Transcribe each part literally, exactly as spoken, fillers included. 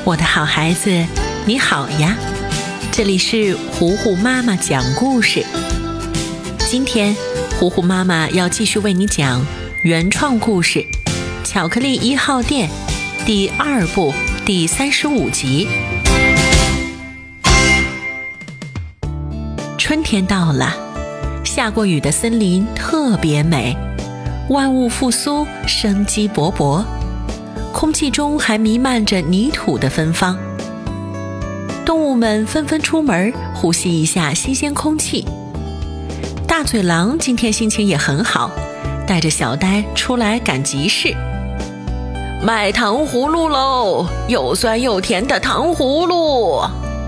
我的好孩子，你好呀！这里是糊糊妈妈讲故事。今天，糊糊妈妈要继续为你讲原创故事《巧克力一号店》第二部第三十五集。春天到了，下过雨的森林特别美，万物复苏，生机勃勃。空气中还弥漫着泥土的芬芳，动物们纷纷出门呼吸一下新鲜空气。大嘴狼今天心情也很好，带着小呆出来赶集市。卖糖葫芦喽，又酸又甜的糖葫芦！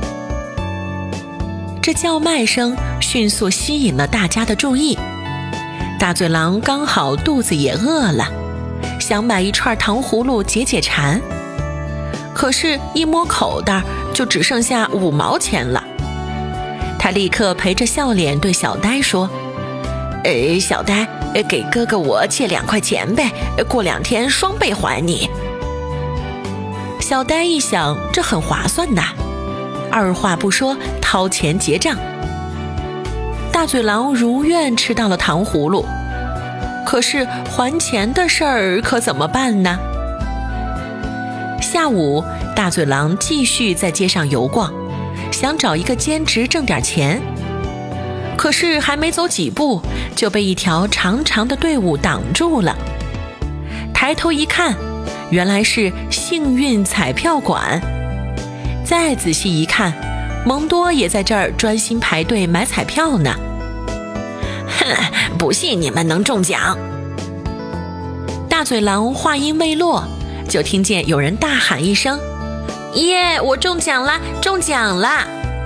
这叫卖声迅速吸引了大家的注意。大嘴狼刚好肚子也饿了，想买一串糖葫芦解解馋，可是一摸口袋就只剩下五毛钱了。他立刻陪着笑脸对小呆说：呃，小呆，给哥哥我借两块钱呗，过两天双倍还你。小呆一想，这很划算呐，二话不说掏钱结账。大嘴狼如愿吃到了糖葫芦，可是还钱的事儿可怎么办呢？下午，大嘴狼继续在街上游逛，想找一个兼职挣点钱。可是还没走几步，就被一条长长的队伍挡住了。抬头一看，原来是幸运彩票馆。再仔细一看，蒙多也在这儿专心排队买彩票呢。哼，不信你们能中奖！大嘴狼话音未落，就听见有人大喊一声：耶，我中奖了，中奖了！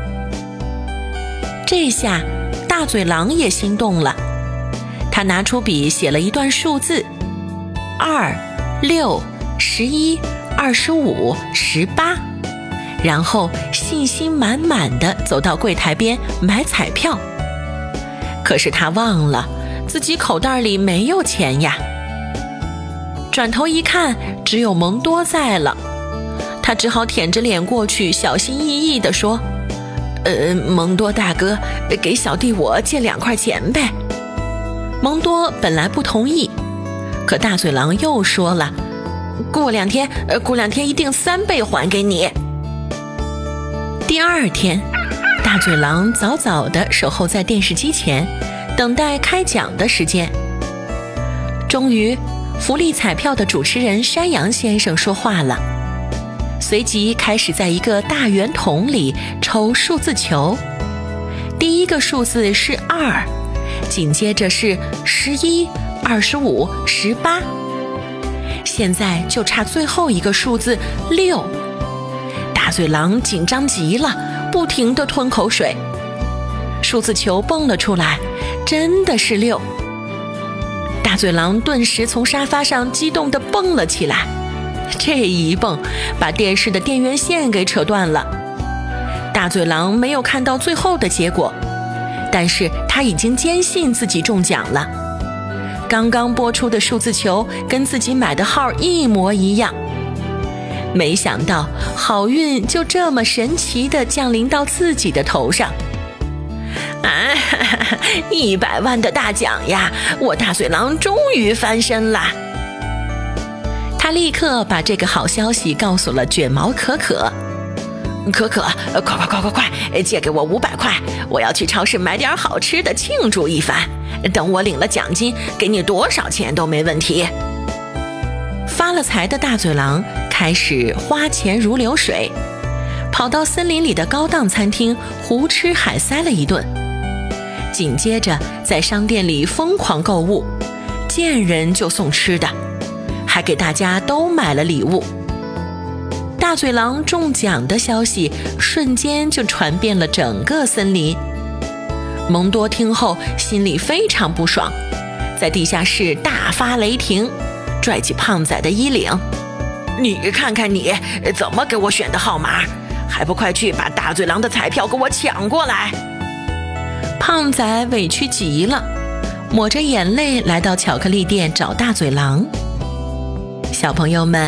这下大嘴狼也心动了，他拿出笔写了一段数字：二、六、十一、二十五、十八，然后信心满满地走到柜台边买彩票。可是他忘了自己口袋里没有钱呀。转头一看，只有蒙多在了，他只好舔着脸过去，小心翼翼地说：呃，蒙多大哥，给小弟我借两块钱呗。蒙多本来不同意，可大嘴狼又说了：过两天，呃，过两天一定三倍还给你。第二天，大嘴狼早早地守候在电视机前，等待开奖的时间。终于，福利彩票的主持人山羊先生说话了，随即开始在一个大圆筒里抽数字球。第一个数字是二，紧接着是十一、二十五、十八，现在就差最后一个数字六。大嘴狼紧张极了，不停地吞口水。数字球蹦了出来，真的是六。大嘴狼顿时从沙发上激动地蹦了起来，这一蹦把电视的电源线给扯断了。大嘴狼没有看到最后的结果，但是他已经坚信自己中奖了。刚刚播出的数字球跟自己买的号一模一样。没想到好运就这么神奇地降临到自己的头上。啊，一百万的大奖呀！我大嘴狼终于翻身了。他立刻把这个好消息告诉了卷毛可可。可可，快快快快快，借给我五百块，我要去超市买点好吃的庆祝一番。等我领了奖金，给你多少钱都没问题。发了财的大嘴狼开始花钱如流水，跑到森林里的高档餐厅胡吃海塞了一顿，紧接着在商店里疯狂购物，见人就送吃的，还给大家都买了礼物。大嘴狼中奖的消息瞬间就传遍了整个森林。蒙多听后心里非常不爽，在地下室大发雷霆，拽起胖仔的衣领：你看看你怎么给我选的号码，还不快去把大嘴狼的彩票给我抢过来！胖仔委屈极了，抹着眼泪来到巧克力店找大嘴狼。小朋友们，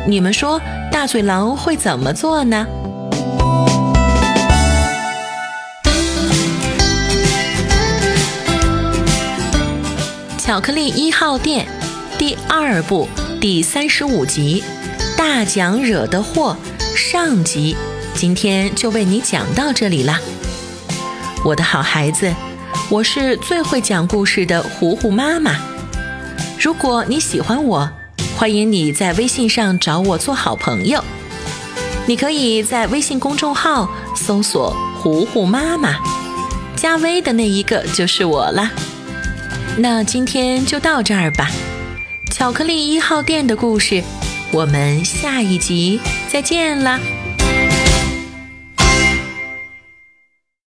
你们说大嘴狼会怎么做呢？巧克力一号店第二部第三十五集，大奖惹的祸上集，今天就为你讲到这里啦。我的好孩子，我是最会讲故事的糊糊妈妈。如果你喜欢我，欢迎你在微信上找我做好朋友。你可以在微信公众号搜索糊糊妈妈，加微的那一个就是我啦。那今天就到这儿吧，巧克力一号店的故事，我们下一集再见啦。